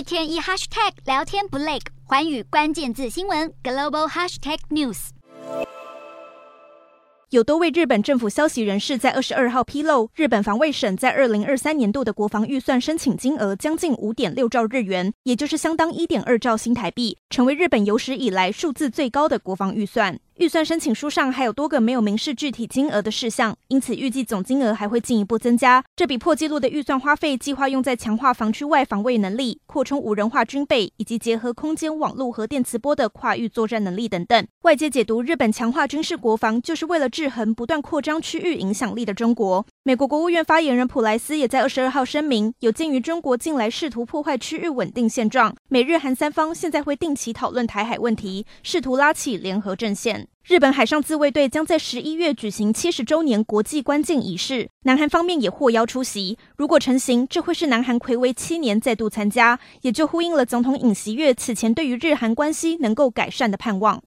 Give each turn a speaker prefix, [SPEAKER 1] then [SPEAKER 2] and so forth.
[SPEAKER 1] 天一 hashtag 聊天不累，寰宇关键字新闻 global hashtag news。
[SPEAKER 2] 有多位日本政府消息人士在22号披露，日本防卫省在2023年度的国防预算申请金额将近 5.6 兆日元，也就是相当 1.2 兆新台币，成为日本有史以来数字最高的国防预算。预算申请书上还有多个没有明示具体金额的事项，因此预计总金额还会进一步增加。这笔破纪录的预算花费计划用在强化防区外防卫能力、扩充无人化军备，以及结合空间、网络和电磁波的跨域作战能力等等。外界解读日本强化军事国防，就是为了制衡不断扩张区域影响力的中国。美国国务院发言人普莱斯也在22号声明，有鉴于中国近来试图破坏区域稳定现状，美日韩三方现在会定期讨论台海问题，试图拉起联合阵线。日本海上自卫队将在11月举行70周年国际关敬仪式，南韩方面也获邀出席。如果成行，这会是南韩睽违7年再度参加，也就呼应了总统尹锡悦此前对于日韩关系能够改善的盼望。